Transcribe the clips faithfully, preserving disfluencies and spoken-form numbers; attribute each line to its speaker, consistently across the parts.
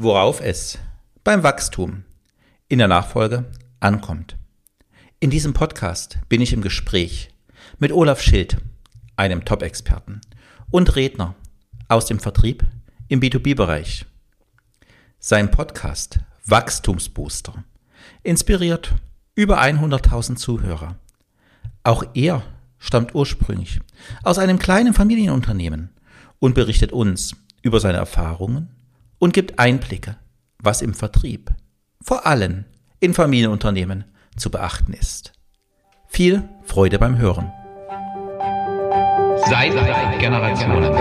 Speaker 1: Worauf es beim Wachstum in der Nachfolge ankommt. In diesem Podcast bin ich im Gespräch mit Olaf Schild, einem Top-Experten und Redner aus dem Vertrieb im B zwei B-Bereich. Sein Podcast Wachstumsbooster inspiriert über hunderttausend Zuhörer. Auch er stammt ursprünglich aus einem kleinen Familienunternehmen und berichtet uns über seine Erfahrungen und gibt Einblicke, was im Vertrieb, vor allem in Familienunternehmen, zu beachten ist. Viel Freude beim Hören. Seit Generationen.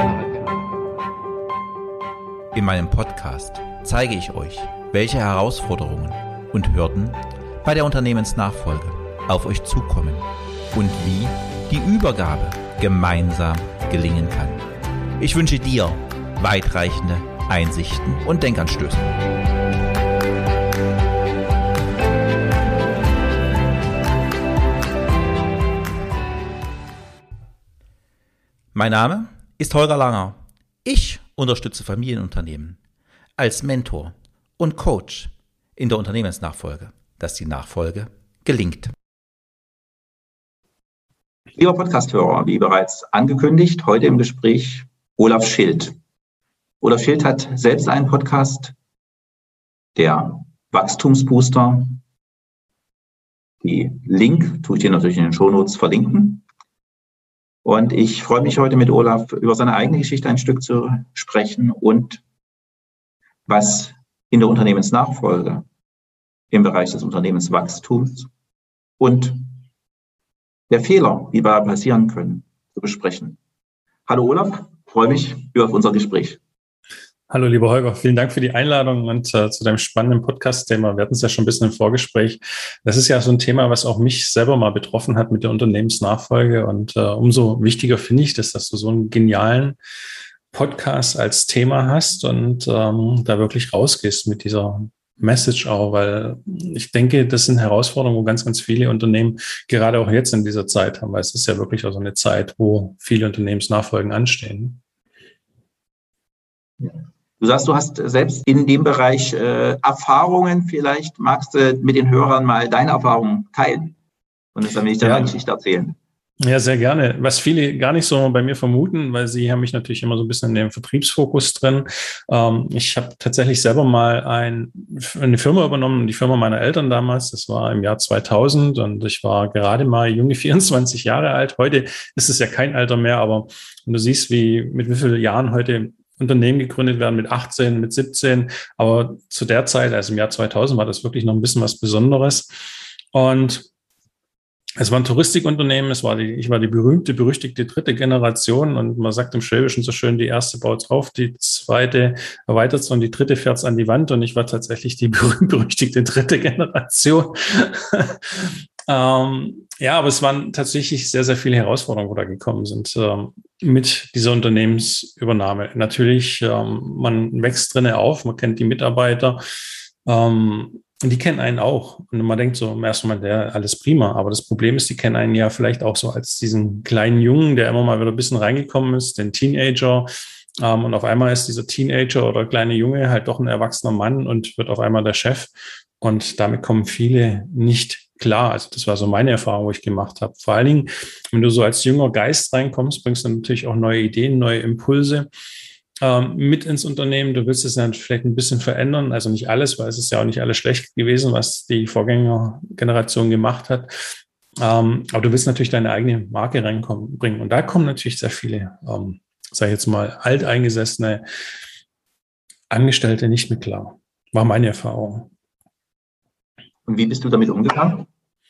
Speaker 1: In meinem Podcast zeige ich euch, welche Herausforderungen und Hürden bei der Unternehmensnachfolge auf euch zukommen und wie die Übergabe gemeinsam gelingen kann. Ich wünsche dir weitreichende Einsichten und Denkanstöße. Mein Name ist Holger Langer. Ich unterstütze Familienunternehmen als Mentor und Coach in der Unternehmensnachfolge, dass die Nachfolge gelingt.
Speaker 2: Lieber Podcasthörer, wie bereits angekündigt, heute im Gespräch Olaf Schild. Olaf Schild hat selbst einen Podcast, der Wachstumsbooster. Die Link tue ich dir natürlich in den Shownotes verlinken. Und ich freue mich heute mit Olaf über seine eigene Geschichte ein Stück zu sprechen und was in der Unternehmensnachfolge im Bereich des Unternehmenswachstums und der Fehler, die da passieren können, zu besprechen. Hallo Olaf, freue mich über unser Gespräch.
Speaker 3: Hallo lieber Holger, vielen Dank für die Einladung und äh, zu deinem spannenden Podcast-Thema. Wir hatten es ja schon ein bisschen im Vorgespräch. Das ist ja so ein Thema, was auch mich selber mal betroffen hat mit der Unternehmensnachfolge. Und äh, umso wichtiger finde ich das, dass du so einen genialen Podcast als Thema hast und ähm, da wirklich rausgehst mit dieser Message auch, weil ich denke, das sind Herausforderungen, wo ganz, ganz viele Unternehmen gerade auch jetzt in dieser Zeit haben, weil es ist ja wirklich auch so eine Zeit, wo viele Unternehmensnachfolgen anstehen.
Speaker 2: Ja. Du sagst, du hast selbst in dem Bereich äh, Erfahrungen. Vielleicht magst du mit den Hörern mal deine Erfahrungen teilen und das dann will ich dann
Speaker 3: ja.
Speaker 2: eine Geschichte erzählen.
Speaker 3: Ja, sehr gerne. Was viele gar nicht so bei mir vermuten, weil sie haben mich natürlich immer so ein bisschen in dem Vertriebsfokus drin. Ähm, ich habe tatsächlich selber mal ein, eine Firma übernommen, die Firma meiner Eltern damals. Das war im Jahr zweitausend und ich war gerade mal junge vierundzwanzig Jahre alt. Heute ist es ja kein Alter mehr, aber wenn du siehst, wie mit wie vielen Jahren heute Unternehmen gegründet werden, mit achtzehn, mit siebzehn. Aber zu der Zeit, also im Jahr zweitausend, war das wirklich noch ein bisschen was Besonderes. Und es war ein Touristikunternehmen. Es war die, ich war die berühmte, berüchtigte dritte Generation. Und man sagt im Schwäbischen so schön, die erste baut drauf, die zweite erweitert es und die dritte fährt es an die Wand. Und ich war tatsächlich die berühmt-berüchtigte dritte Generation. Ähm, ja, aber es waren tatsächlich sehr, sehr viele Herausforderungen, wo da gekommen sind ähm, mit dieser Unternehmensübernahme. Natürlich, ähm, man wächst drinnen auf, man kennt die Mitarbeiter, ähm, und die kennen einen auch. Und man denkt so im ersten Moment, ja, alles prima. Aber das Problem ist, die kennen einen ja vielleicht auch so als diesen kleinen Jungen, der immer mal wieder ein bisschen reingekommen ist, den Teenager. Ähm, und auf einmal ist dieser Teenager oder kleine Junge halt doch ein erwachsener Mann und wird auf einmal der Chef. Und damit kommen viele nicht klar. Also das war so meine Erfahrung, wo ich gemacht habe. Vor allen Dingen, wenn du so als junger Geist reinkommst, bringst du natürlich auch neue Ideen, neue Impulse ähm, mit ins Unternehmen. Du willst es dann vielleicht ein bisschen verändern. Also nicht alles, weil es ist ja auch nicht alles schlecht gewesen, was die Vorgängergeneration gemacht hat. Ähm, aber du willst natürlich deine eigene Marke reinbringen. Und da kommen natürlich sehr viele, ähm, sage ich jetzt mal, alteingesessene Angestellte nicht mit klar. War meine Erfahrung.
Speaker 2: Und wie bist du damit umgegangen?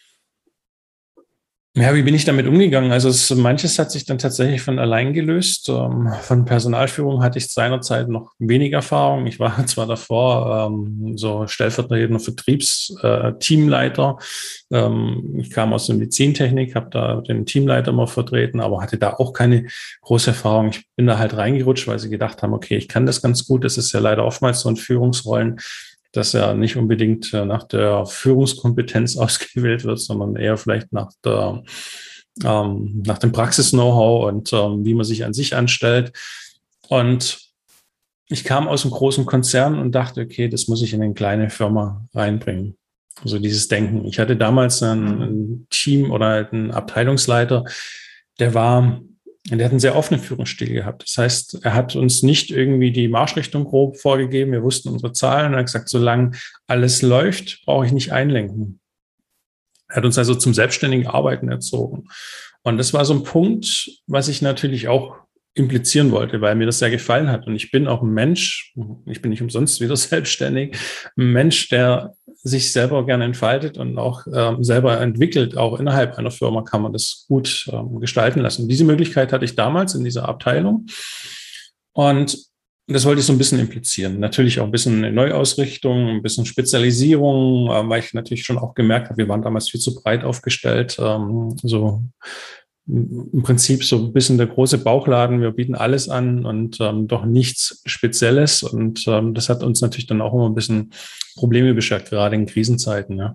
Speaker 3: Ja, wie bin ich damit umgegangen? Also es, manches hat sich dann tatsächlich von allein gelöst. Ähm, von Personalführung hatte ich seinerzeit noch wenig Erfahrung. Ich war zwar davor ähm, so stellvertretender Vertriebsteamleiter. Äh, ähm, ich kam aus der Medizintechnik, habe da den Teamleiter mal vertreten, aber hatte da auch keine große Erfahrung. Ich bin da halt reingerutscht, weil sie gedacht haben, okay, ich kann das ganz gut. Das ist ja leider oftmals so in Führungsrollen, dass er nicht unbedingt nach der Führungskompetenz ausgewählt wird, sondern eher vielleicht nach der, ähm, nach dem Praxis-Know-how und ähm, wie man sich an sich anstellt. Und ich kam aus einem großen Konzern und dachte, okay, das muss ich in eine kleine Firma reinbringen. Also dieses Denken. Ich hatte damals ein, ein Team oder einen Abteilungsleiter, der war, der hat einen sehr offenen Führungsstil gehabt. Das heißt, er hat uns nicht irgendwie die Marschrichtung grob vorgegeben. Wir wussten unsere Zahlen. Er hat gesagt, solange alles läuft, brauche ich nicht einlenken. Er hat uns also zum selbstständigen Arbeiten erzogen. Und das war so ein Punkt, was ich natürlich auch implizieren wollte, weil mir das sehr gefallen hat. Und ich bin auch ein Mensch, ich bin nicht umsonst wieder selbstständig, ein Mensch, der sich selber gerne entfaltet und auch ähm, selber entwickelt. Auch innerhalb einer Firma kann man das gut ähm, gestalten lassen. Diese Möglichkeit hatte ich damals in dieser Abteilung. Und das wollte ich so ein bisschen implizieren. Natürlich auch ein bisschen eine Neuausrichtung, ein bisschen Spezialisierung, äh, weil ich natürlich schon auch gemerkt habe, wir waren damals viel zu breit aufgestellt. Ähm, so im Prinzip so ein bisschen der große Bauchladen. Wir bieten alles an und ähm, doch nichts Spezielles. Und ähm, das hat uns natürlich dann auch immer ein bisschen Probleme beschert, gerade in Krisenzeiten. Ja.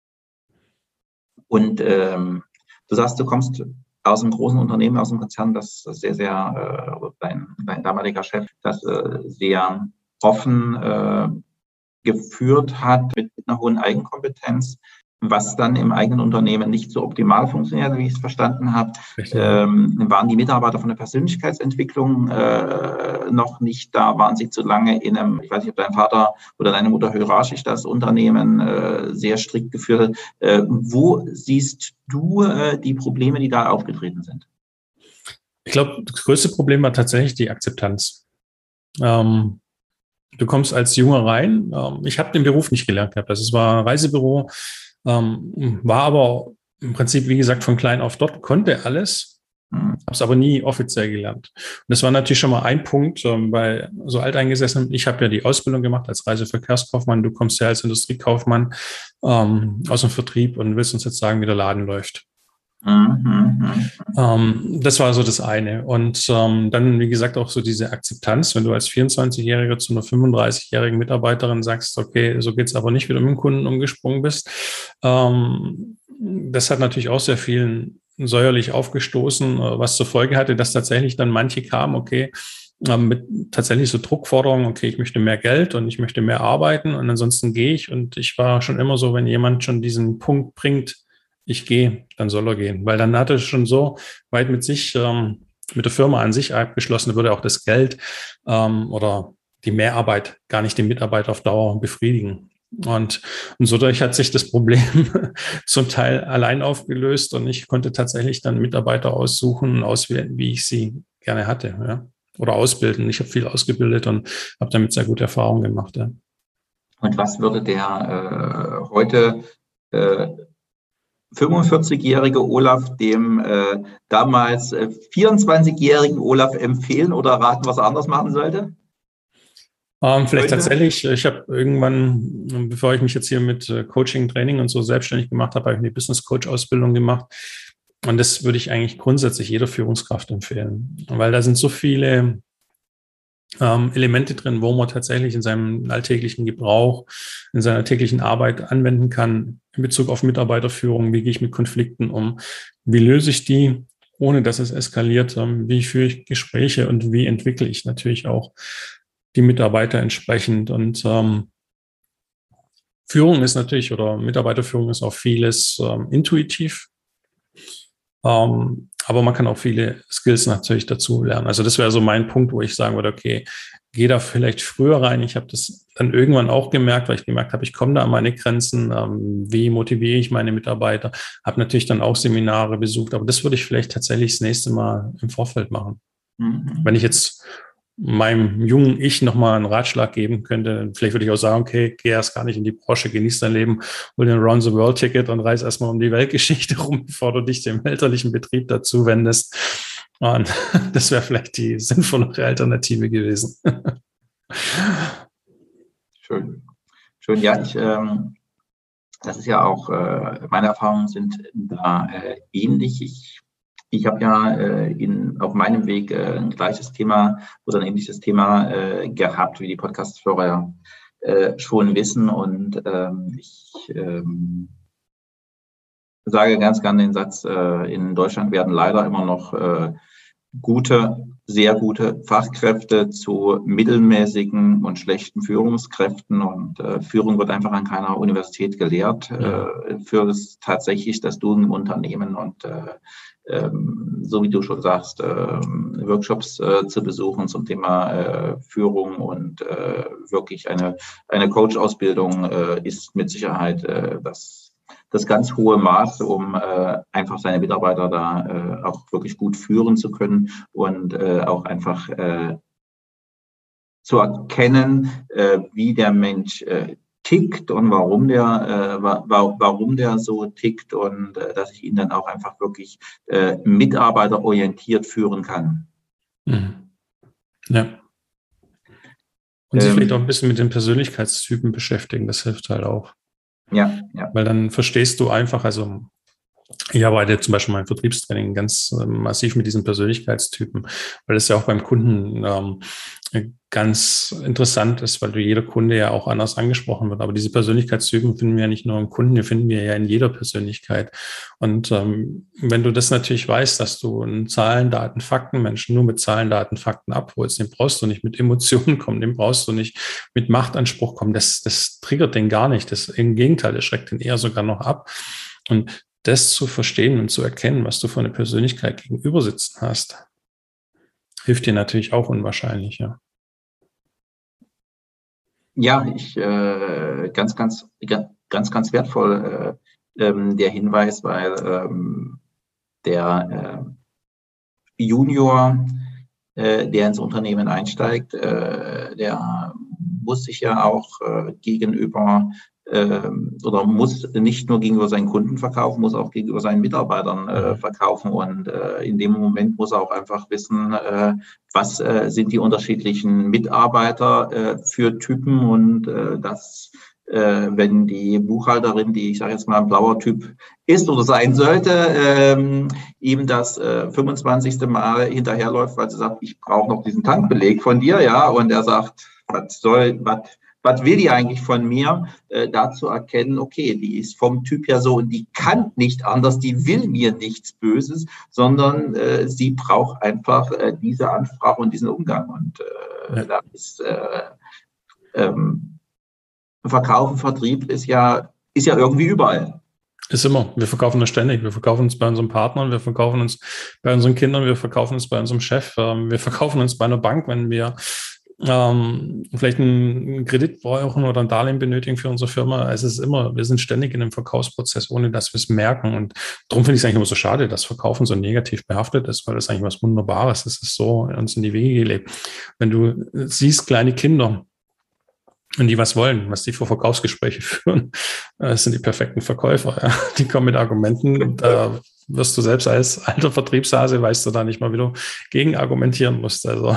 Speaker 2: Und ähm, du sagst, du kommst aus einem großen Unternehmen, aus einem Konzern, das sehr, sehr, äh, dein, dein damaliger Chef, das äh, sehr offen äh, geführt hat mit einer hohen Eigenkompetenz, was dann im eigenen Unternehmen nicht so optimal funktioniert, wie ich es verstanden habe. Ähm, waren die Mitarbeiter von der Persönlichkeitsentwicklung äh, noch nicht da? Waren sie zu lange in einem, ich weiß nicht, ob dein Vater oder deine Mutter hierarchisch das Unternehmen äh, sehr strikt geführt hat. Äh, wo siehst du äh, die Probleme, die da aufgetreten sind?
Speaker 3: Ich glaube, das größte Problem war tatsächlich die Akzeptanz. Ähm, du kommst als Junger rein. Ähm, ich habe den Beruf nicht gelernt gehabt. Das war ein Reisebüro. Ähm, war aber im Prinzip, wie gesagt, von klein auf dort, konnte alles, habe es aber nie offiziell gelernt. Und das war natürlich schon mal ein Punkt, ähm, weil so alteingesessen, ich habe ja die Ausbildung gemacht als Reiseverkehrskaufmann, du kommst ja als Industriekaufmann ähm, aus dem Vertrieb und willst uns jetzt sagen, wie der Laden läuft. Mhm. Ähm, das war so das eine. Und ähm, dann, wie gesagt, auch so diese Akzeptanz, wenn du als vierundzwanzigjähriger zu einer fünfunddreißigjährigen Mitarbeiterin sagst, okay, so geht's aber nicht, wie du mit dem Kunden umgesprungen bist. Ähm, das hat natürlich auch sehr vielen säuerlich aufgestoßen, was zur Folge hatte, dass tatsächlich dann manche kamen, okay, mit tatsächlich so Druckforderungen, okay, ich möchte mehr Geld und ich möchte mehr arbeiten und ansonsten gehe ich. Und ich war schon immer so, wenn jemand schon diesen Punkt bringt, ich gehe, dann soll er gehen. Weil dann hat er schon so weit mit sich, ähm, mit der Firma an sich abgeschlossen, würde auch das Geld ähm, oder die Mehrarbeit gar nicht den Mitarbeiter auf Dauer befriedigen. Und, und so dadurch hat sich das Problem zum Teil allein aufgelöst und ich konnte tatsächlich dann Mitarbeiter aussuchen und auswählen, wie ich sie gerne hatte, ja, oder ausbilden. Ich habe viel ausgebildet und habe damit sehr gute Erfahrungen gemacht. Ja.
Speaker 2: Und was würde der äh, heute äh, fünfundvierzigjährige Olaf dem äh, damals äh, vierundzwanzigjährigen Olaf empfehlen oder raten, was er anders machen sollte?
Speaker 3: Ähm, vielleicht Heute? Tatsächlich, ich habe irgendwann, bevor ich mich jetzt hier mit äh, Coaching, Training und so selbstständig gemacht habe, habe ich eine Business Coach Ausbildung gemacht. Und das würde ich eigentlich grundsätzlich jeder Führungskraft empfehlen, weil da sind so viele ähm, Elemente drin, wo man tatsächlich in seinem alltäglichen Gebrauch, in seiner täglichen Arbeit anwenden kann in Bezug auf Mitarbeiterführung. Wie gehe ich mit Konflikten um? Wie löse ich die, ohne dass es eskaliert? Ähm, wie führe ich Gespräche und wie entwickle ich natürlich auch die Mitarbeiter entsprechend? Und ähm, Führung ist natürlich, oder Mitarbeiterführung ist auch vieles ähm, intuitiv. Ähm, aber man kann auch viele Skills natürlich dazu lernen. Also das wäre so mein Punkt, wo ich sagen würde, okay, geh da vielleicht früher rein. Ich habe das dann irgendwann auch gemerkt, weil ich gemerkt habe, ich komme da an meine Grenzen. Ähm, wie motiviere ich meine Mitarbeiter? Habe natürlich dann auch Seminare besucht, aber das würde ich vielleicht tatsächlich das nächste Mal im Vorfeld machen. Mhm. Wenn ich jetzt meinem jungen Ich nochmal einen Ratschlag geben könnte, vielleicht würde ich auch sagen, okay, geh erst gar nicht in die Branche, genieß dein Leben, hol dir ein Round-the-World-Ticket und reise erstmal um die Weltgeschichte rum, bevor du dich dem elterlichen Betrieb dazu wendest. Und das wäre vielleicht die sinnvollere Alternative gewesen.
Speaker 2: Schön. Schön, ja, ich, ähm, das ist ja auch, äh, meine Erfahrungen sind da äh, ähnlich. Ich Ich habe ja äh, in, auf meinem Weg äh, ein gleiches Thema oder ein ähnliches Thema äh, gehabt, wie die Podcast-Hörer äh, schon wissen. Und ähm, ich ähm, sage ganz gerne den Satz, äh, in Deutschland werden leider immer noch äh, gute, sehr gute Fachkräfte zu mittelmäßigen und schlechten Führungskräften. Und äh, Führung wird einfach an keiner Universität gelehrt. Ja. Äh, für das tatsächlich das Tun im Unternehmen und äh, ähm, so wie du schon sagst, äh, Workshops äh, zu besuchen zum Thema äh, Führung und äh, wirklich eine, eine Coach-Ausbildung äh, ist mit Sicherheit äh, das das ganz hohe Maß, um äh, einfach seine Mitarbeiter da äh, auch wirklich gut führen zu können und äh, auch einfach äh, zu erkennen, äh, wie der Mensch äh, tickt und warum der, äh, wa- warum der so tickt und äh, dass ich ihn dann auch einfach wirklich äh, mitarbeiterorientiert führen kann.
Speaker 3: Mhm. Ja. Und sich
Speaker 2: Ähm,
Speaker 3: vielleicht auch ein bisschen mit den Persönlichkeitstypen beschäftigen, das hilft halt auch.
Speaker 2: Ja, ja.
Speaker 3: Weil dann verstehst du einfach, also ich arbeite zum Beispiel mein Vertriebstraining ganz äh, massiv mit diesen Persönlichkeitstypen, weil das ja auch beim Kunden ähm, ganz interessant ist, weil du jeder Kunde ja auch anders angesprochen wird. Aber diese Persönlichkeitstypen finden wir ja nicht nur im Kunden, die finden wir ja in jeder Persönlichkeit. Und ähm, wenn du das natürlich weißt, dass du einen Zahlen, Daten, Fakten Menschen nur mit Zahlen, Daten, Fakten abholst, den brauchst du nicht mit Emotionen kommen, den brauchst du nicht mit Machtanspruch kommen. Das, das triggert den gar nicht. Das, im Gegenteil, das schreckt den eher sogar noch ab. Und das zu verstehen und zu erkennen, was du für eine Persönlichkeit gegenüber sitzen hast, hilft dir natürlich auch unwahrscheinlich, ja.
Speaker 2: Ja, ich äh, ganz, ganz, ganz, ganz wertvoll äh, ähm, der Hinweis, weil ähm, der äh, Junior, äh, der ins Unternehmen einsteigt, äh, der muss sich ja auch äh, gegenüber äh, oder muss nicht nur gegenüber seinen Kunden verkaufen, muss auch gegenüber seinen Mitarbeitern äh, verkaufen. Und äh, in dem Moment muss er auch einfach wissen, äh, was äh, sind die unterschiedlichen Mitarbeiter äh, für Typen und äh, das Äh, wenn die Buchhalterin, die ich sage jetzt mal ein blauer Typ ist oder sein sollte, ähm, ihm das äh, fünfundzwanzigste Mal hinterherläuft, weil sie sagt, ich brauche noch diesen Tankbeleg von dir, ja, und er sagt, was soll, was, was will die eigentlich von mir, äh, da zu erkennen, okay, die ist vom Typ her so und die kann nicht anders, die will mir nichts Böses, sondern äh, sie braucht einfach äh, diese Ansprache und diesen Umgang und äh, ja. da ist äh, ähm, Verkaufen, Vertrieb ist ja, ist ja irgendwie überall.
Speaker 3: Ist immer. Wir verkaufen das ständig. Wir verkaufen uns bei unseren Partnern, wir verkaufen uns bei unseren Kindern, wir verkaufen uns bei unserem Chef, wir verkaufen uns bei einer Bank, wenn wir ähm, vielleicht einen Kredit brauchen oder ein Darlehen benötigen für unsere Firma. Es ist immer, wir sind ständig in einem Verkaufsprozess, ohne dass wir es merken. Und darum finde ich es eigentlich immer so schade, dass Verkaufen so negativ behaftet ist, weil das eigentlich was Wunderbares ist. Es ist so uns in die Wege gelegt. Wenn du siehst, kleine Kinder, und die was wollen, was die für Verkaufsgespräche führen, das sind die perfekten Verkäufer. Ja. Die kommen mit Argumenten, da wirst du selbst als alter Vertriebshase, weißt du da nicht mal, wie du gegen argumentieren musst. Also.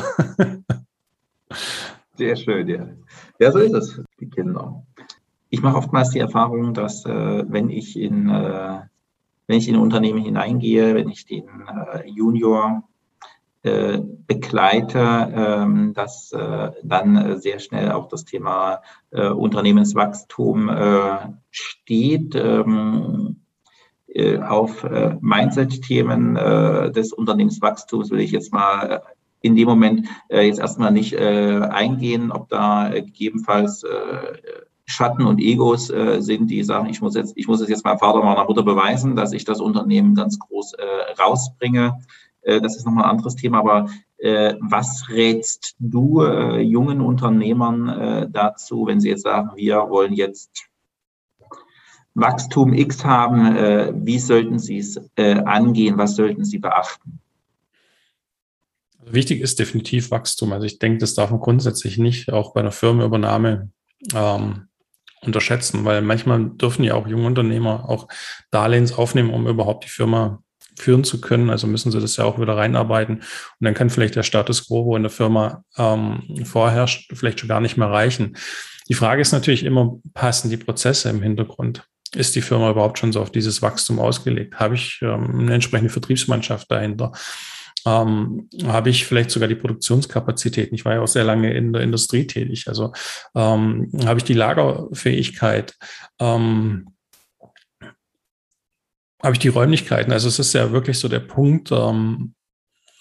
Speaker 2: Sehr schön, ja. Ja, so ist es, die Kinder. Ich mache oftmals die Erfahrung, dass äh, wenn ich in äh, wenn ich in ein Unternehmen hineingehe, wenn ich den äh, Junior äh, begleite, ähm, dass äh, dann äh, sehr schnell auch das Thema äh, Unternehmenswachstum äh, steht. Ähm, äh, auf äh, Mindset-Themen äh, des Unternehmenswachstums will ich jetzt mal in dem Moment äh, jetzt erstmal nicht äh, eingehen, ob da äh, gegebenenfalls äh, Schatten und Egos äh, sind, die sagen, ich muss jetzt, ich muss es jetzt meinem Vater, meiner Mutter beweisen, dass ich das Unternehmen ganz groß äh, rausbringe. Äh, das ist nochmal ein anderes Thema, aber äh, was rätst du äh, jungen Unternehmern äh, dazu, wenn sie jetzt sagen, wir wollen jetzt Wachstum X haben, äh, wie sollten sie es äh, angehen, was sollten sie beachten?
Speaker 3: Wichtig ist definitiv Wachstum. Also ich denke, das darf man grundsätzlich nicht auch bei einer Firmenübernahme ähm, unterschätzen, weil manchmal dürfen ja auch junge Unternehmer auch Darlehens aufnehmen, um überhaupt die Firma führen zu können. Also müssen sie das ja auch wieder reinarbeiten. Und dann kann vielleicht der Status quo, wo in der Firma ähm, vorherrscht, vielleicht schon gar nicht mehr reichen. Die Frage ist natürlich immer, passen die Prozesse im Hintergrund? Ist die Firma überhaupt schon so auf dieses Wachstum ausgelegt? Habe ich ähm, eine entsprechende Vertriebsmannschaft dahinter? Ähm, habe ich vielleicht sogar die Produktionskapazitäten? Ich war ja auch sehr lange in der Industrie tätig. Also ähm, habe ich die Lagerfähigkeit? Ähm, habe ich die Räumlichkeiten? Also es ist ja wirklich so der Punkt, ähm,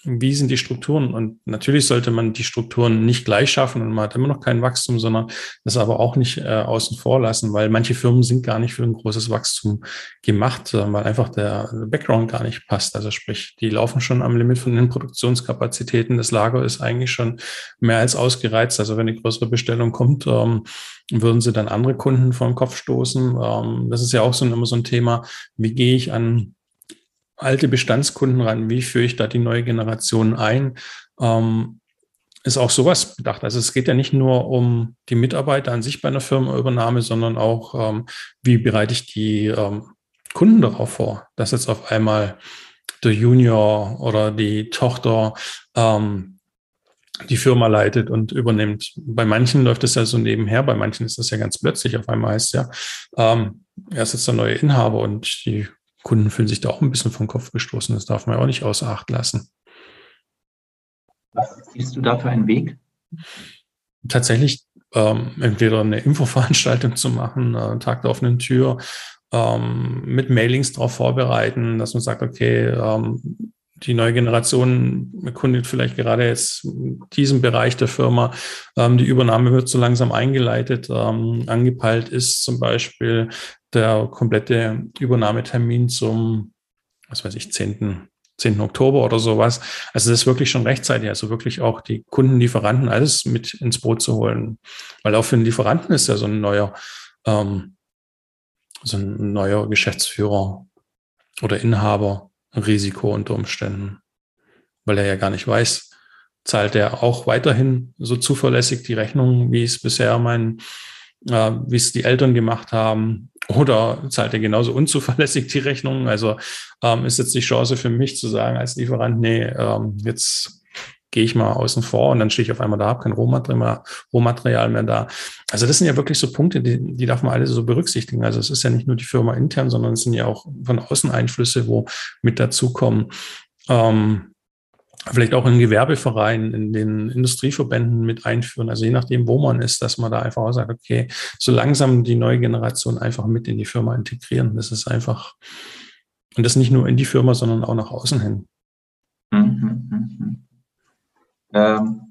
Speaker 3: wie sind die Strukturen? Und natürlich sollte man die Strukturen nicht gleich schaffen und man hat immer noch kein Wachstum, sondern das aber auch nicht äh, außen vor lassen, weil manche Firmen sind gar nicht für ein großes Wachstum gemacht, äh, weil einfach der Background gar nicht passt. Also sprich, die laufen schon am Limit von den Produktionskapazitäten. Das Lager ist eigentlich schon mehr als ausgereizt. Also wenn eine größere Bestellung kommt, ähm, würden sie dann andere Kunden vor den Kopf stoßen. Ähm, das ist ja auch so immer so ein Thema. Wie gehe ich an alte Bestandskunden ran? Wie führe ich da die neue Generation ein? Ähm, ist auch sowas bedacht. Also es geht ja nicht nur um die Mitarbeiter an sich bei einer Firmenübernahme, sondern auch, ähm, wie bereite ich die ähm, Kunden darauf vor, dass jetzt auf einmal der Junior oder die Tochter ähm, die Firma leitet und übernimmt. Bei manchen läuft es ja so nebenher, bei manchen ist das ja ganz plötzlich. Auf einmal heißt es ja, ähm, er ist jetzt der neue Inhaber und die Kunden fühlen sich da auch ein bisschen vom Kopf gestoßen. Das darf man ja auch nicht außer Acht lassen.
Speaker 2: Was siehst du da für einen Weg?
Speaker 3: Tatsächlich ähm, entweder eine Infoveranstaltung zu machen, äh, Tag der offenen Tür, ähm, mit Mailings darauf vorbereiten, dass man sagt, okay, ähm, die neue Generation erkundet vielleicht gerade jetzt diesen Bereich der Firma. Ähm, die Übernahme wird so langsam eingeleitet. Ähm, angepeilt ist zum Beispiel der komplette Übernahmetermin zum, was weiß ich, zehnten Oktober oder sowas. Also das ist wirklich schon rechtzeitig, also wirklich auch die Kunden, Lieferanten, alles mit ins Boot zu holen. Weil auch für den Lieferanten ist ja so ein neuer, ähm, so ein neuer Geschäftsführer oder Inhaber ein Risiko unter Umständen, weil er ja gar nicht weiß, zahlt er auch weiterhin so zuverlässig die Rechnung, wie es bisher mein, äh, wie es die Eltern gemacht haben, oder zahlt er genauso unzuverlässig die Rechnung? Also ähm, ist jetzt die Chance für mich zu sagen als Lieferant, nee, ähm, jetzt gehe ich mal außen vor und dann stehe ich auf einmal da, habe kein Rohmaterial, Rohmaterial mehr da. Also das sind ja wirklich so Punkte, die, die darf man alle so berücksichtigen. Also es ist ja nicht nur die Firma intern, sondern es sind ja auch von außen Einflüsse, wo mit dazukommen. Ähm, vielleicht auch in Gewerbevereinen, in den Industrieverbänden mit einführen. Also je nachdem, wo man ist, dass man da einfach auch sagt, okay, so langsam die neue Generation einfach mit in die Firma integrieren. Das ist einfach, und das nicht nur in die Firma, sondern auch nach außen hin.
Speaker 2: Mhm, mhm. Ähm,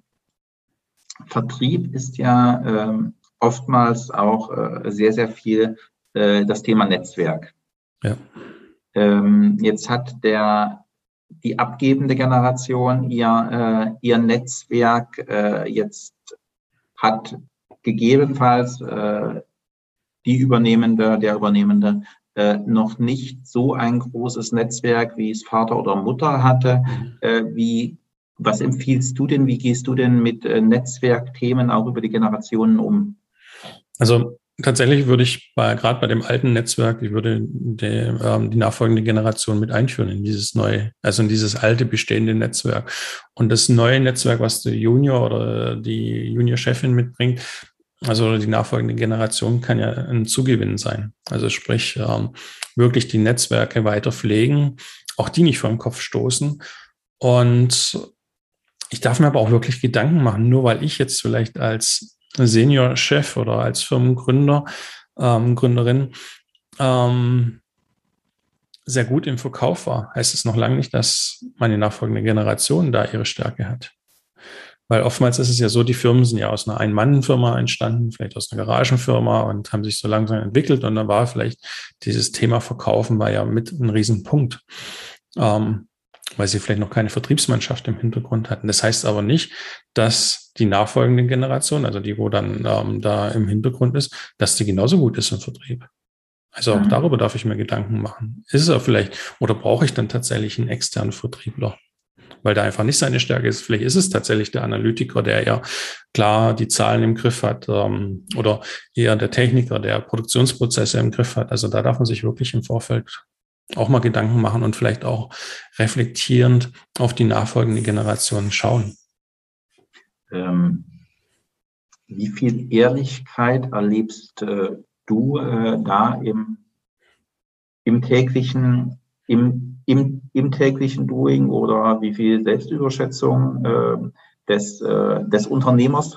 Speaker 2: Vertrieb ist ja ähm, oftmals auch äh, sehr, sehr viel äh, das Thema Netzwerk.
Speaker 3: Ja.
Speaker 2: Ähm, jetzt hat der die abgebende Generation ihr, äh, ihr Netzwerk äh, jetzt hat gegebenenfalls äh, die Übernehmende, der Übernehmende äh, noch nicht so ein großes Netzwerk, wie es Vater oder Mutter hatte.
Speaker 3: Mhm.
Speaker 2: Äh, wie, was empfiehlst du denn? Wie gehst du denn mit äh, Netzwerkthemen auch über die Generationen um?
Speaker 3: Also tatsächlich würde ich bei, gerade bei dem alten Netzwerk, ich würde die, ähm, die nachfolgende Generation mit einführen in dieses neue, also in dieses alte bestehende Netzwerk. Und das neue Netzwerk, was der Junior oder die Junior-Chefin mitbringt, also die nachfolgende Generation, kann ja ein Zugewinn sein. Also sprich, ähm, wirklich die Netzwerke weiter pflegen, auch die nicht vor den Kopf stoßen. Und ich darf mir aber auch wirklich Gedanken machen, nur weil ich jetzt vielleicht als Senior-Chef oder als Firmengründer, ähm, Gründerin ähm, sehr gut im Verkauf war, heißt es noch lange nicht, dass meine nachfolgende Generation da ihre Stärke hat. Weil oftmals ist es ja so, die Firmen sind ja aus einer Ein-Mann-Firma entstanden, vielleicht aus einer Garagenfirma und haben sich so langsam entwickelt. Und dann war vielleicht dieses Thema Verkaufen war ja mit ein Riesenpunkt, ähm, weil sie vielleicht noch keine Vertriebsmannschaft im Hintergrund hatten. Das heißt aber nicht, dass die nachfolgende Generation, also die, wo dann ähm, da im Hintergrund ist, dass die genauso gut ist im Vertrieb. Also auch darüber darf ich mir Gedanken machen. Ist es auch vielleicht, oder brauche ich dann tatsächlich einen externen Vertriebler? Weil da einfach nicht seine Stärke ist. Vielleicht ist es tatsächlich der Analytiker, der ja klar die Zahlen im Griff hat, ähm, oder eher der Techniker, der Produktionsprozesse im Griff hat. Also da darf man sich wirklich im Vorfeld auch mal Gedanken machen und vielleicht auch reflektierend auf die nachfolgende Generation schauen.
Speaker 2: Ähm, wie viel Ehrlichkeit erlebst äh, du äh, da im, im täglichen Im, im, im täglichen Doing oder wie viel Selbstüberschätzung äh, des, äh, des Unternehmers?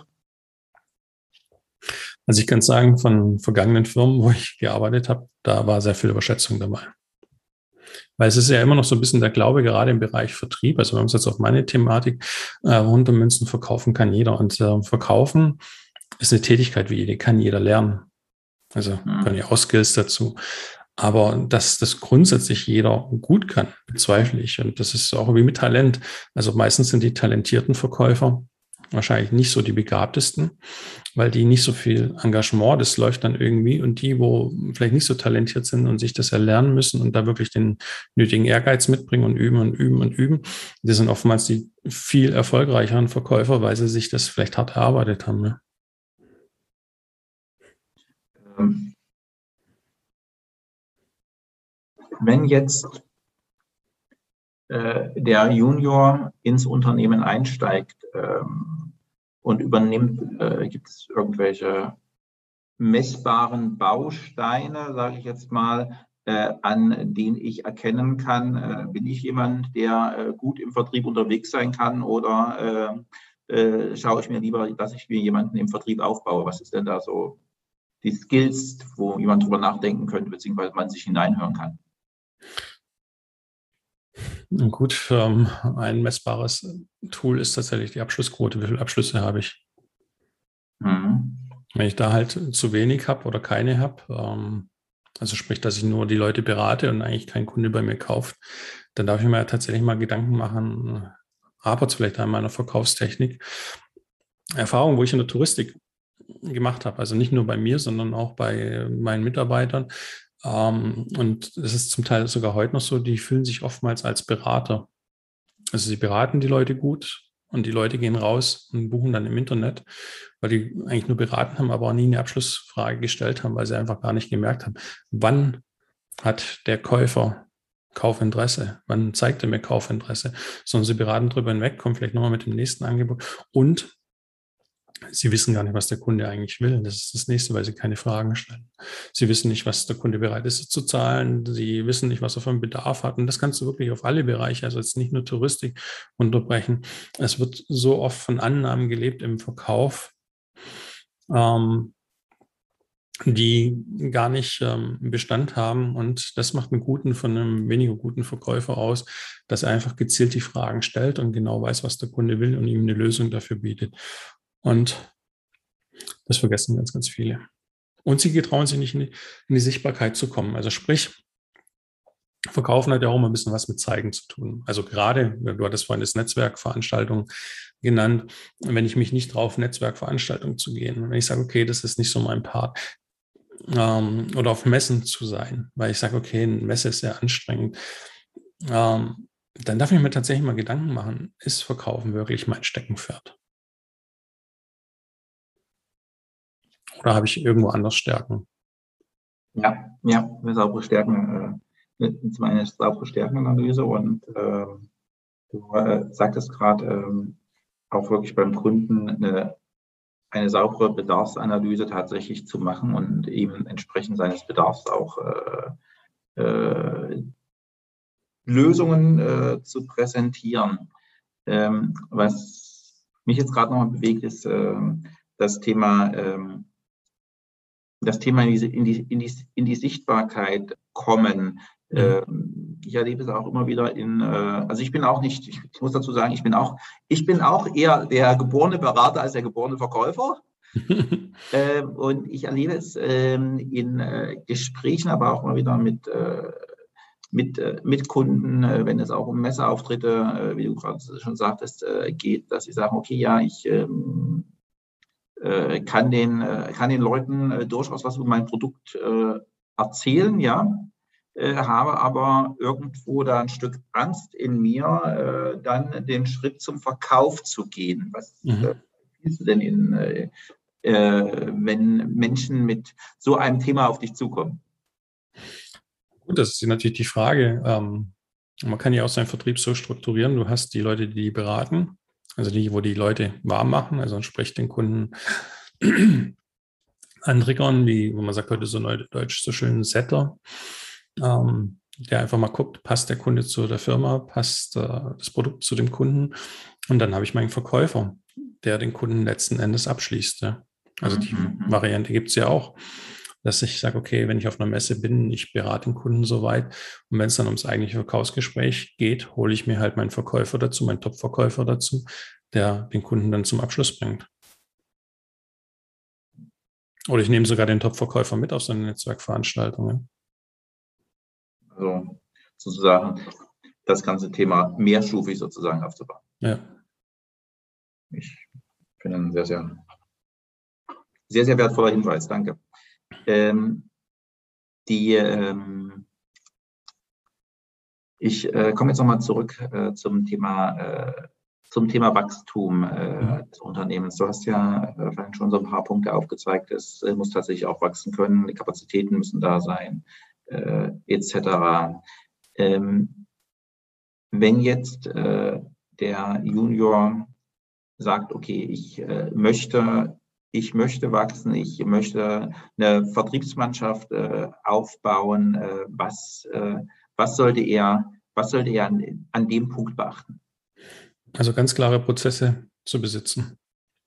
Speaker 3: Also ich kann sagen, von vergangenen Firmen, wo ich gearbeitet habe, da war sehr viel Überschätzung dabei. Weil es ist ja immer noch so ein bisschen der Glaube, gerade im Bereich Vertrieb, also wenn man es jetzt auf meine Thematik äh, runtermünzen, verkaufen kann jeder. Und äh, verkaufen ist eine Tätigkeit wie jede, kann jeder lernen. Also können ja auch Skills dazu. Aber dass das grundsätzlich jeder gut kann, bezweifle ich. Und das ist auch wie mit Talent. Also meistens sind die talentierten Verkäufer wahrscheinlich nicht so die begabtesten, weil die nicht so viel Engagement, das läuft dann irgendwie. Und die, wo vielleicht nicht so talentiert sind und sich das erlernen müssen und da wirklich den nötigen Ehrgeiz mitbringen und üben und üben und üben, die sind oftmals die viel erfolgreicheren Verkäufer, weil sie sich das vielleicht hart erarbeitet haben. Ne?
Speaker 2: Wenn jetzt äh, der Junior ins Unternehmen einsteigt ähm, und übernimmt, äh, gibt es irgendwelche messbaren Bausteine, sage ich jetzt mal, äh, an denen ich erkennen kann, äh, bin ich jemand, der äh, gut im Vertrieb unterwegs sein kann, oder äh, äh, schaue ich mir lieber, dass ich mir jemanden im Vertrieb aufbaue? Was ist denn da so die Skills, wo jemand drüber nachdenken könnte, beziehungsweise man sich hineinhören kann?
Speaker 3: Gut, ähm, ein messbares Tool ist tatsächlich die Abschlussquote. Wie viele Abschlüsse habe ich? Mhm. Wenn ich da halt zu wenig habe oder keine habe, ähm, also sprich, dass ich nur die Leute berate und eigentlich kein Kunde bei mir kauft, dann darf ich mir ja tatsächlich mal Gedanken machen, hapert es vielleicht an meiner Verkaufstechnik. Erfahrung, wo ich in der Touristik gemacht habe, also nicht nur bei mir, sondern auch bei meinen Mitarbeitern. Um, und das ist zum Teil sogar heute noch so, die fühlen sich oftmals als Berater. Also sie beraten die Leute gut und die Leute gehen raus und buchen dann im Internet, weil die eigentlich nur beraten haben, aber auch nie eine Abschlussfrage gestellt haben, weil sie einfach gar nicht gemerkt haben, wann hat der Käufer Kaufinteresse, wann zeigt er mir Kaufinteresse, sondern sie beraten drüber hinweg, kommen vielleicht nochmal mit dem nächsten Angebot und sie wissen gar nicht, was der Kunde eigentlich will. Das ist das Nächste, weil sie keine Fragen stellen. Sie wissen nicht, was der Kunde bereit ist zu zahlen. Sie wissen nicht, was er für einen Bedarf hat. Und das kannst du wirklich auf alle Bereiche, also jetzt nicht nur Touristik, unterbrechen. Es wird so oft von Annahmen gelebt im Verkauf, ähm, die gar nicht ähm, Bestand haben. Und das macht einen guten von einem weniger guten Verkäufer aus, dass er einfach gezielt die Fragen stellt und genau weiß, was der Kunde will und ihm eine Lösung dafür bietet. Und das vergessen ganz, ganz viele. Und sie getrauen sich nicht in die, in die Sichtbarkeit zu kommen. Also sprich, Verkaufen hat ja auch immer ein bisschen was mit Zeigen zu tun. Also gerade, du hattest vorhin das Netzwerkveranstaltung genannt, wenn ich mich nicht traue, auf Netzwerkveranstaltungen zu gehen, wenn ich sage, okay, das ist nicht so mein Part, ähm, oder auf Messen zu sein, weil ich sage, okay, eine Messe ist sehr anstrengend, ähm, dann darf ich mir tatsächlich mal Gedanken machen, ist Verkaufen wirklich mein Steckenpferd? Oder habe ich irgendwo anders Stärken?
Speaker 2: Ja, ja, eine saubere Stärken, äh, eine saubere Stärkenanalyse, und äh, du äh, sagtest gerade, äh, auch wirklich beim Kunden eine, eine saubere Bedarfsanalyse tatsächlich zu machen und eben entsprechend seines Bedarfs auch äh, äh, Lösungen äh, zu präsentieren. Ähm, was mich jetzt gerade nochmal bewegt, ist äh, das Thema, ähm, das Thema in die, in die, in die, in die Sichtbarkeit kommen. Mhm. Ähm, ich erlebe es auch immer wieder in, äh, also ich bin auch nicht, ich, ich muss dazu sagen, ich bin auch, ich bin auch eher der geborene Berater als der geborene Verkäufer. ähm, und ich erlebe es ähm, in äh, Gesprächen, aber auch mal wieder mit äh, Mit, mit Kunden, wenn es auch um Messeauftritte, wie du gerade schon sagtest, geht, dass sie sagen, okay, ja, ich ähm, äh, kann, den, kann den Leuten äh, durchaus was über mein Produkt äh, erzählen, ja, äh, habe aber irgendwo da ein Stück Angst in mir, äh, dann den Schritt zum Verkauf zu gehen. Was mhm. empfiehlst du denn, in, äh, wenn Menschen mit so einem Thema auf dich zukommen?
Speaker 3: Gut, das ist natürlich die Frage. Ähm, man kann ja auch seinen Vertrieb so strukturieren. Du hast die Leute, die beraten, also die, wo die Leute warm machen, also sprich den Kunden antriggern, wie wo man sagt heute so neudeutsch so schön Setter, ähm, der einfach mal guckt, passt der Kunde zu der Firma, passt äh, das Produkt zu dem Kunden. Und dann habe ich meinen Verkäufer, der den Kunden letzten Endes abschließt. Ja. Also die mhm. Variante gibt es ja auch. dass ich sage, okay, wenn ich auf einer Messe bin, ich berate den Kunden soweit und wenn es dann ums eigentliche Verkaufsgespräch geht, hole ich mir halt meinen Verkäufer dazu, meinen Top-Verkäufer dazu, der den Kunden dann zum Abschluss bringt. Oder ich nehme sogar den Top-Verkäufer mit auf so eine Netzwerkveranstaltung.
Speaker 2: Also sozusagen das ganze Thema mehrstufig sozusagen aufzubauen.
Speaker 3: Ja.
Speaker 2: Ich finde ein sehr, sehr, sehr, sehr wertvoller Hinweis. Danke. Ähm, die, ähm, ich äh, komme jetzt nochmal zurück äh, zum Thema, äh, zum Thema Wachstum äh,
Speaker 3: Mhm.
Speaker 2: des Unternehmens. Du hast ja äh, schon so ein paar Punkte aufgezeigt. Es äh, muss tatsächlich auch wachsen können. Die Kapazitäten müssen da sein, äh, et cetera. Ähm, wenn jetzt äh, der Junior sagt, okay, ich äh, möchte, ich möchte wachsen, ich möchte eine Vertriebsmannschaft äh, aufbauen, äh, was, äh, was sollte er, was sollte er an, an dem Punkt beachten?
Speaker 3: Also ganz klare Prozesse zu besitzen.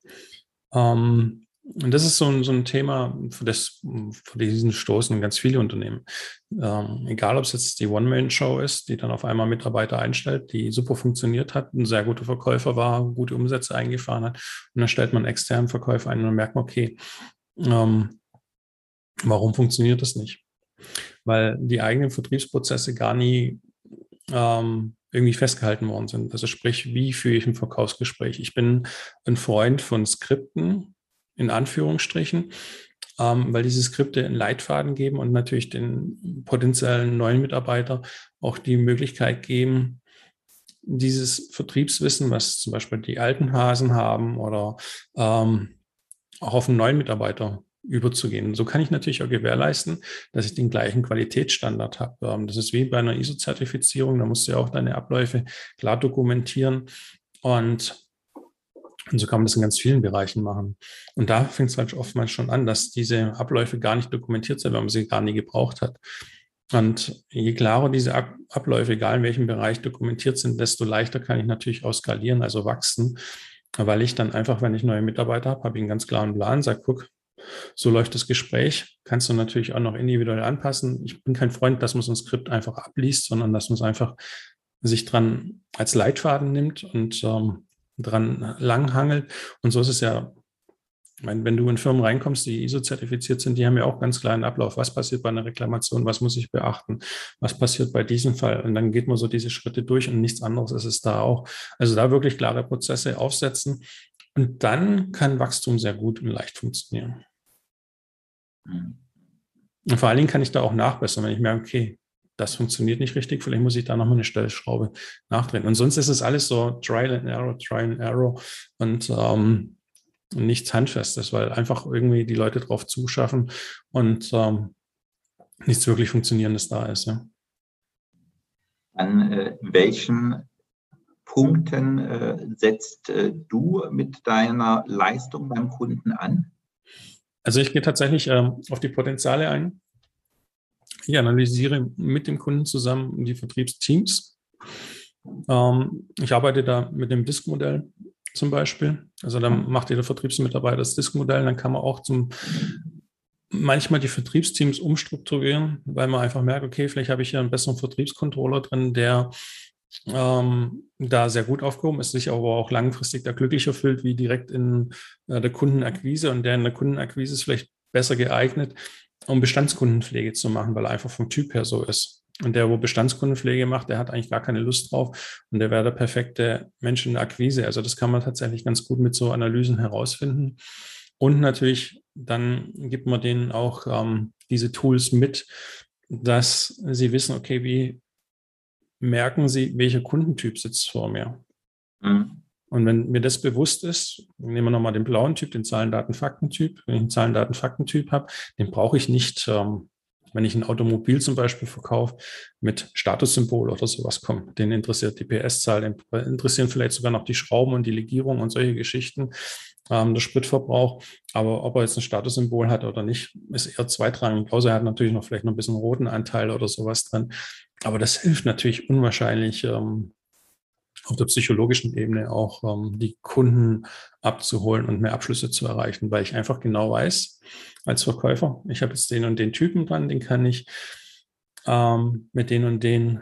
Speaker 3: Ähm, und das ist so ein, so ein Thema, für das, für diesen stoßen ganz viele Unternehmen. Ähm, egal, ob es jetzt die One-Man-Show ist, die dann auf einmal Mitarbeiter einstellt, die super funktioniert hat, ein sehr guter Verkäufer war, gute Umsätze eingefahren hat. Und dann stellt man einen externen Verkäufer ein und dann merkt man, okay, ähm, warum funktioniert das nicht? Weil die eigenen Vertriebsprozesse gar nie ähm, irgendwie festgehalten worden sind. Also sprich, wie führe ich ein Verkaufsgespräch? Ich bin ein Freund von Skripten, in Anführungsstrichen, ähm, weil diese Skripte einen Leitfaden geben und natürlich den potenziellen neuen Mitarbeiter auch die Möglichkeit geben, dieses Vertriebswissen, was zum Beispiel die alten Hasen haben oder ähm, auch auf einen neuen Mitarbeiter überzugehen. So kann ich natürlich auch gewährleisten, dass ich den gleichen Qualitätsstandard habe. Das ist wie bei einer I S O-Zertifizierung, da musst du ja auch deine Abläufe klar dokumentieren und, und so kann man das in ganz vielen Bereichen machen. Und da fängt es halt oftmals schon an, dass diese Abläufe gar nicht dokumentiert sind, weil man sie gar nie gebraucht hat. Und je klarer diese Abläufe, egal in welchem Bereich dokumentiert sind, desto leichter kann ich natürlich auch skalieren, also wachsen, weil ich dann einfach, wenn ich neue Mitarbeiter habe, habe ich einen ganz klaren Plan, sage, guck, so läuft das Gespräch, kannst du natürlich auch noch individuell anpassen. Ich bin kein Freund, dass man so ein Skript einfach abliest, sondern dass man es einfach sich dran als Leitfaden nimmt und ähm, dran langhangelt. Und so ist es ja, ich meine, wenn du in Firmen reinkommst, die I S O-zertifiziert sind, die haben ja auch ganz klar einen Ablauf. Was passiert bei einer Reklamation? Was muss ich beachten? Was passiert bei diesem Fall? Und dann geht man so diese Schritte durch und nichts anderes ist es da auch. Also da wirklich klare Prozesse aufsetzen. Und dann kann Wachstum sehr gut und leicht funktionieren. Und vor allen Dingen kann ich da auch nachbessern, wenn ich merke, okay, das funktioniert nicht richtig, vielleicht muss ich da nochmal eine Stellschraube nachdrehen. Und sonst ist es alles so Trial and Error, Trial and Error und ähm, nichts Handfestes, weil einfach irgendwie die Leute drauf zuschaffen und ähm, nichts wirklich Funktionierendes da ist. Ja.
Speaker 2: An äh, welchen Punkten äh, setzt äh, du mit deiner Leistung beim Kunden an?
Speaker 3: Also ich gehe tatsächlich ähm, auf die Potenziale ein. Ich analysiere mit dem Kunden zusammen die Vertriebsteams. Ähm, ich arbeite da mit dem Disk-Modell zum Beispiel. Also dann macht jeder Vertriebsmitarbeiter das Disk-Modell. Dann kann man auch zum manchmal die Vertriebsteams umstrukturieren, weil man einfach merkt, okay, vielleicht habe ich hier einen besseren Vertriebscontroller drin, der ähm, da sehr gut aufgehoben ist, sich aber auch langfristig da glücklicher fühlt, wie direkt in äh, der Kundenakquise. Und der in der Kundenakquise ist vielleicht besser geeignet, um Bestandskundenpflege zu machen, weil er einfach vom Typ her so ist. Und der, wo Bestandskundenpflege macht, der hat eigentlich gar keine Lust drauf und der wäre der perfekte Mensch in der Akquise. Also das kann man tatsächlich ganz gut mit so Analysen herausfinden. Und natürlich, dann gibt man denen auch ähm, diese Tools mit, dass sie wissen, okay, wie merken sie, welcher Kundentyp sitzt vor mir. Mhm. Und wenn mir das bewusst ist, nehmen wir nochmal den blauen Typ, den Zahlen, Daten, Fakten-Typ. Wenn ich einen Zahlen, Daten, Fakten-Typ habe, den brauche ich nicht, ähm, wenn ich ein Automobil zum Beispiel verkaufe, mit Statussymbol oder sowas kommen. Den interessiert die P S-Zahl, den interessieren vielleicht sogar noch die Schrauben und die Legierung und solche Geschichten, ähm, der Spritverbrauch. Aber ob er jetzt ein Statussymbol hat oder nicht, ist eher zweitrangig. Außer er hat natürlich noch vielleicht noch ein bisschen roten Anteil oder sowas drin. Aber das hilft natürlich unwahrscheinlich, ähm, auf der psychologischen Ebene auch ähm, die Kunden abzuholen und mehr Abschlüsse zu erreichen, weil ich einfach genau weiß, als Verkäufer, ich habe jetzt den und den Typen dran, den kann ich ähm, mit den und den,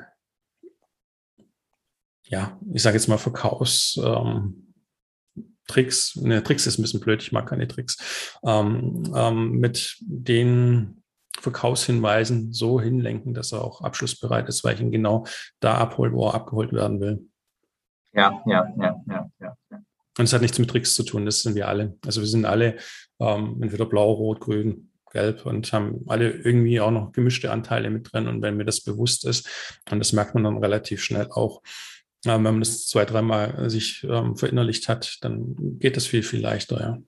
Speaker 3: ja, ich sage jetzt mal Verkaufs, ähm, Tricks, ne, Tricks ist ein bisschen blöd, ich mag keine Tricks, ähm, ähm, mit den Verkaufshinweisen so hinlenken, dass er auch abschlussbereit ist, weil ich ihn genau da abhole, wo er abgeholt werden will.
Speaker 2: Ja, ja, ja, ja, ja.
Speaker 3: Und es hat nichts mit Tricks zu tun, das sind wir alle. Also wir sind alle ähm, entweder blau, rot, grün, gelb und haben alle irgendwie auch noch gemischte Anteile mit drin. Und wenn mir das bewusst ist, und das merkt man dann relativ schnell auch, äh, wenn man das zwei, dreimal sich ähm, verinnerlicht hat, dann geht das viel, viel leichter, ja.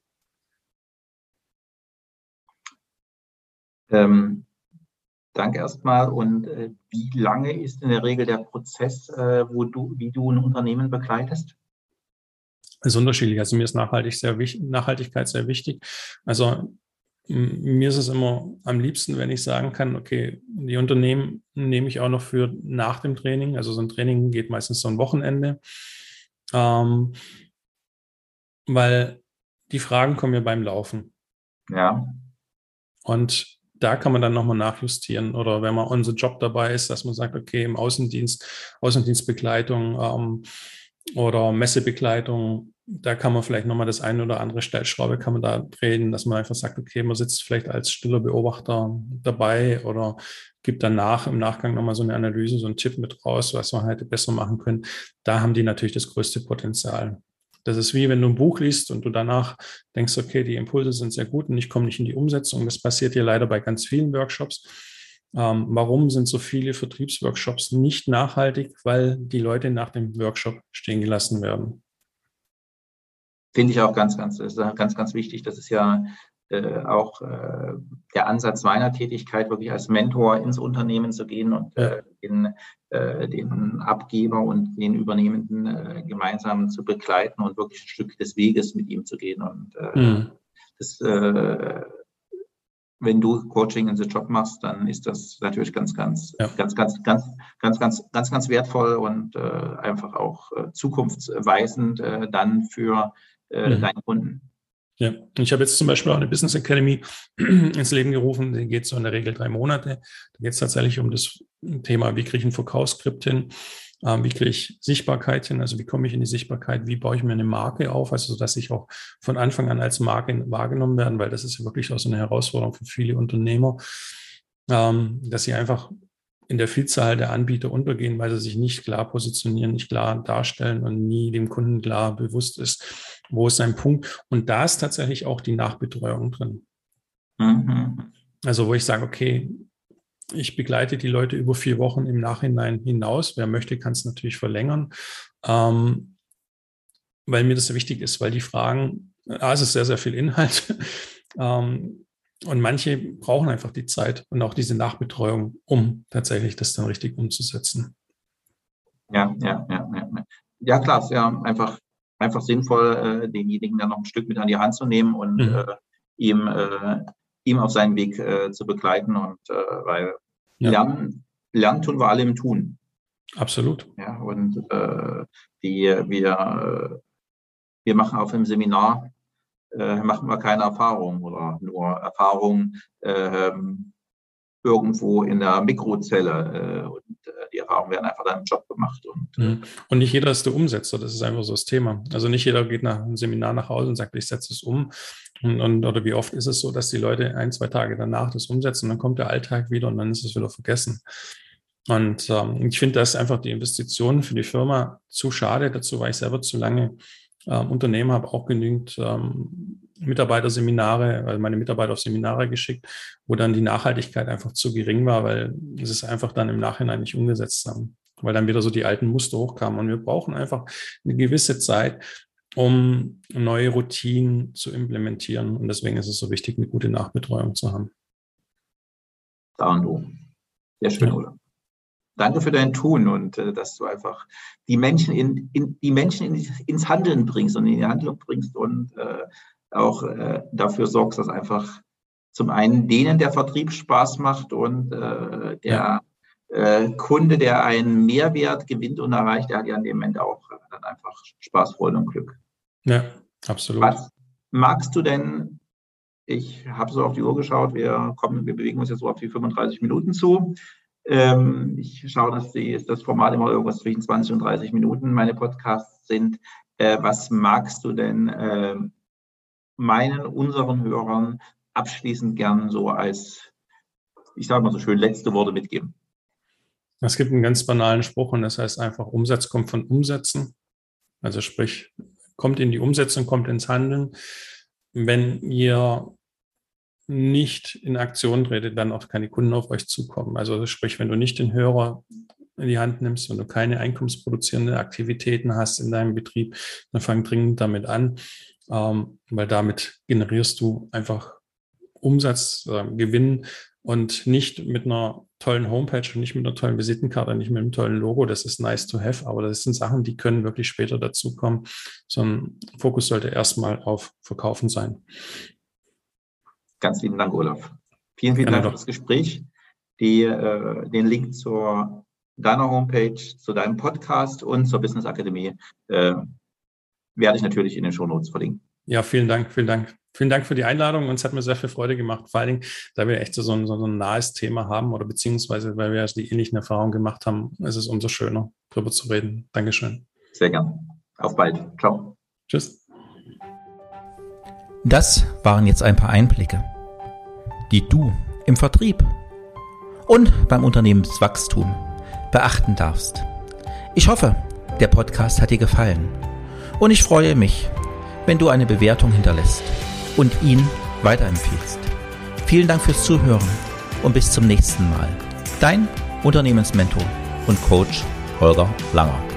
Speaker 2: Ähm, danke erstmal. Und äh, wie lange ist in der Regel der Prozess, äh, wo du, wie du ein Unternehmen begleitest?
Speaker 3: Das ist unterschiedlich. Also mir ist nachhaltig sehr wichtig, Nachhaltigkeit sehr wichtig. Also m- mir ist es immer am liebsten, wenn ich sagen kann, okay, die Unternehmen nehme ich auch noch für nach dem Training. Also so ein Training geht meistens so ein Wochenende, ähm, weil die Fragen kommen ja beim Laufen.
Speaker 2: Ja.
Speaker 3: Und da kann man dann nochmal nachjustieren. Oder wenn man on the job dabei ist, dass man sagt, okay, im Außendienst, Außendienstbegleitung ähm, oder Messebegleitung, da kann man vielleicht nochmal das eine oder andere Stellschraube kann man da drehen, dass man einfach sagt, okay, man sitzt vielleicht als stiller Beobachter dabei oder gibt danach im Nachgang nochmal so eine Analyse, so einen Tipp mit raus, was man halt besser machen können. Da haben die natürlich das größte Potenzial. Das ist wie wenn du ein Buch liest und du danach denkst, okay, die Impulse sind sehr gut und ich komme nicht in die Umsetzung. Das passiert hier leider bei ganz vielen Workshops. Ähm, warum sind so viele Vertriebsworkshops nicht nachhaltig? Weil die Leute nach dem Workshop stehen gelassen werden.
Speaker 2: Finde ich auch ganz, ganz, das ist ganz, ganz wichtig. Das ist ja äh, auch äh, der Ansatz meiner Tätigkeit, wirklich als Mentor ins Unternehmen zu gehen und
Speaker 3: Ja.
Speaker 2: äh, den, äh, den Abgeber und den Übernehmenden äh, gemeinsam zu begleiten und wirklich ein Stück des Weges mit ihm zu gehen. Und äh,
Speaker 3: Mhm.
Speaker 2: das, äh, wenn du Coaching in the Job machst, dann ist das natürlich ganz, ganz,
Speaker 3: Ja.
Speaker 2: ganz, ganz, ganz, ganz, ganz, ganz, ganz wertvoll und äh, einfach auch äh, zukunftsweisend äh, dann für äh,
Speaker 3: Mhm.
Speaker 2: deine Kunden.
Speaker 3: Ja, ich habe jetzt zum Beispiel auch eine Business Academy ins Leben gerufen. Die geht so in der Regel drei Monate. Da geht es tatsächlich um das Thema, wie kriege ich ein Verkaufsskript hin, ähm, wie kriege ich Sichtbarkeit hin, also wie komme ich in die Sichtbarkeit, wie baue ich mir eine Marke auf, also dass ich auch von Anfang an als Marke wahrgenommen werden, weil das ist ja wirklich auch so eine Herausforderung für viele Unternehmer, ähm, dass sie einfach in der Vielzahl der Anbieter untergehen, weil sie sich nicht klar positionieren, nicht klar darstellen und nie dem Kunden klar bewusst ist, wo ist sein Punkt. Und da ist tatsächlich auch die Nachbetreuung drin.
Speaker 2: Mhm.
Speaker 3: Also wo ich sage, okay, ich begleite die Leute über vier Wochen im Nachhinein hinaus. Wer möchte, kann es natürlich verlängern, ähm, weil mir das sehr wichtig ist, weil die Fragen, ah, es ist sehr, sehr viel Inhalt. ähm, Und manche brauchen einfach die Zeit und auch diese Nachbetreuung, um tatsächlich das dann richtig umzusetzen.
Speaker 2: Ja, ja, ja, ja. Ja, klar, es ist ja einfach, einfach sinnvoll, äh, denjenigen dann noch ein Stück mit an die Hand zu nehmen und
Speaker 3: Mhm.
Speaker 2: äh, ihm, äh, ihm auf seinen Weg äh, zu begleiten. Und äh, weil
Speaker 3: Ja.
Speaker 2: lernen, lernen tun wir alle im Tun.
Speaker 3: Absolut.
Speaker 2: Ja, und äh, die, wir, wir machen auf dem Seminar äh, machen wir keine Erfahrung oder nur Erfahrungen äh, irgendwo in der Mikrozelle. Äh, und äh, die Erfahrungen werden einfach dann im Job gemacht. Und, äh,
Speaker 3: Mhm. Und nicht jeder ist der Umsetzer, das ist einfach so das Thema. Also nicht jeder geht nach einem Seminar nach Hause und sagt, ich setze es um. Und, und, oder wie oft ist es so, dass die Leute ein, zwei Tage danach das umsetzen und dann kommt der Alltag wieder und dann ist es wieder vergessen. Und ähm, ich finde, das ist einfach die Investition für die Firma zu schade. Dazu war ich selber zu lange ähm, Unternehmer, habe auch genügend ähm, Mitarbeiterseminare, also meine Mitarbeiter auf Seminare geschickt, wo dann die Nachhaltigkeit einfach zu gering war, weil sie es einfach dann im Nachhinein nicht umgesetzt haben, weil dann wieder so die alten Muster hochkamen. Und wir brauchen einfach eine gewisse Zeit, um neue Routinen zu implementieren. Und deswegen ist es so wichtig, eine gute Nachbetreuung zu haben.
Speaker 2: da und du. Sehr schön,
Speaker 3: Ja.
Speaker 2: Olaf. Danke für dein Tun und äh, dass du einfach die Menschen in, in die Menschen in, ins Handeln bringst und in die Handlung bringst und äh, auch äh, dafür sorgst, dass einfach zum einen denen der Vertrieb Spaß macht und äh, der
Speaker 3: Ja.
Speaker 2: äh, Kunde, der einen Mehrwert gewinnt und erreicht, der hat ja in dem Moment auch dann einfach Spaß, Freude und Glück.
Speaker 3: Ja, absolut.
Speaker 2: Was magst du denn? Ich habe so auf die Uhr geschaut, wir kommen, wir bewegen uns jetzt so auf die fünfunddreißig Minuten zu. Ähm, ich schaue, dass die, das Format immer irgendwas zwischen zwanzig und dreißig Minuten meine Podcasts sind. Äh, was magst du denn äh, meinen, unseren Hörern abschließend gern so als, ich sage mal so schön, letzte Worte mitgeben?
Speaker 3: Es gibt einen ganz banalen Spruch und das heißt einfach, Umsatz kommt von Umsetzen. Also sprich, kommt in die Umsetzung, kommt ins Handeln. Wenn ihr nicht in Aktion tretet, dann auch keine Kunden auf euch zukommen. Also sprich, wenn du nicht den Hörer in die Hand nimmst, wenn du keine einkommensproduzierenden Aktivitäten hast in deinem Betrieb, dann fang dringend damit an, ähm, weil damit generierst du einfach Umsatz, äh, Gewinn und nicht mit einer tollen Homepage und nicht mit einer tollen Visitenkarte, nicht mit einem tollen Logo. Das ist nice to have, aber das sind Sachen, die können wirklich später dazukommen. Sondern Fokus sollte erstmal auf Verkaufen sein.
Speaker 2: Ganz lieben Dank, Olaf. Vielen, vielen Dank für das Gespräch. Die, äh, den Link zur deiner Homepage, zu deinem Podcast und zur Business Akademie äh, werde ich natürlich in den Shownotes verlinken.
Speaker 3: Ja, vielen Dank, vielen Dank. Vielen Dank für die Einladung und es hat mir sehr viel Freude gemacht, vor allen Dingen, da wir echt so ein, so ein nahes Thema haben oder beziehungsweise, weil wir die ähnlichen Erfahrungen gemacht haben, ist es umso schöner, darüber zu reden. Dankeschön.
Speaker 2: Sehr gern. Auf bald. Ciao.
Speaker 3: Tschüss.
Speaker 1: Das waren jetzt ein paar Einblicke, die du im Vertrieb und beim Unternehmenswachstum beachten darfst. Ich hoffe, der Podcast hat dir gefallen und ich freue mich, wenn du eine Bewertung hinterlässt und ihn weiterempfiehlst. Vielen Dank fürs Zuhören und bis zum nächsten Mal. Dein Unternehmensmentor und Coach Holger Langer.